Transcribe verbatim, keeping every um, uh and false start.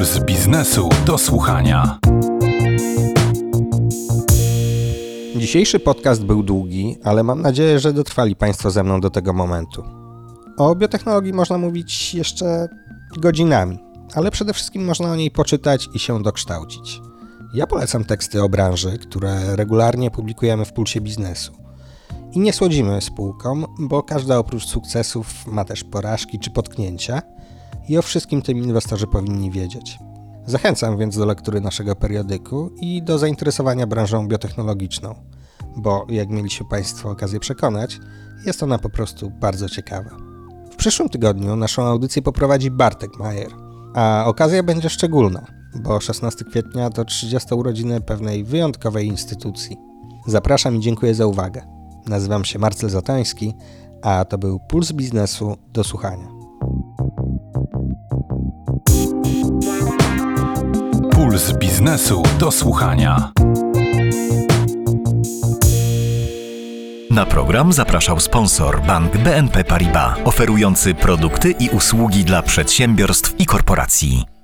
Puls biznesu do słuchania. Dzisiejszy podcast był długi, ale mam nadzieję, że dotrwali Państwo ze mną do tego momentu. O biotechnologii można mówić jeszcze godzinami, ale przede wszystkim można o niej poczytać i się dokształcić. Ja polecam teksty o branży, które regularnie publikujemy w Pulsie Biznesu. I nie słodzimy spółkom, bo każda oprócz sukcesów ma też porażki czy potknięcia i o wszystkim tym inwestorzy powinni wiedzieć. Zachęcam więc do lektury naszego periodyku i do zainteresowania branżą biotechnologiczną, bo jak mieli się Państwo okazję przekonać, jest ona po prostu bardzo ciekawa. W przyszłym tygodniu naszą audycję poprowadzi Bartek Majer, a okazja będzie szczególna, bo szesnastego kwietnia to trzydzieste urodziny pewnej wyjątkowej instytucji. Zapraszam i dziękuję za uwagę. Nazywam się Marcel Zatoński, a to był Puls Biznesu do słuchania. Puls biznesu do słuchania. Na program zapraszał sponsor Bank B N P Paribas, oferujący produkty i usługi dla przedsiębiorstw i korporacji.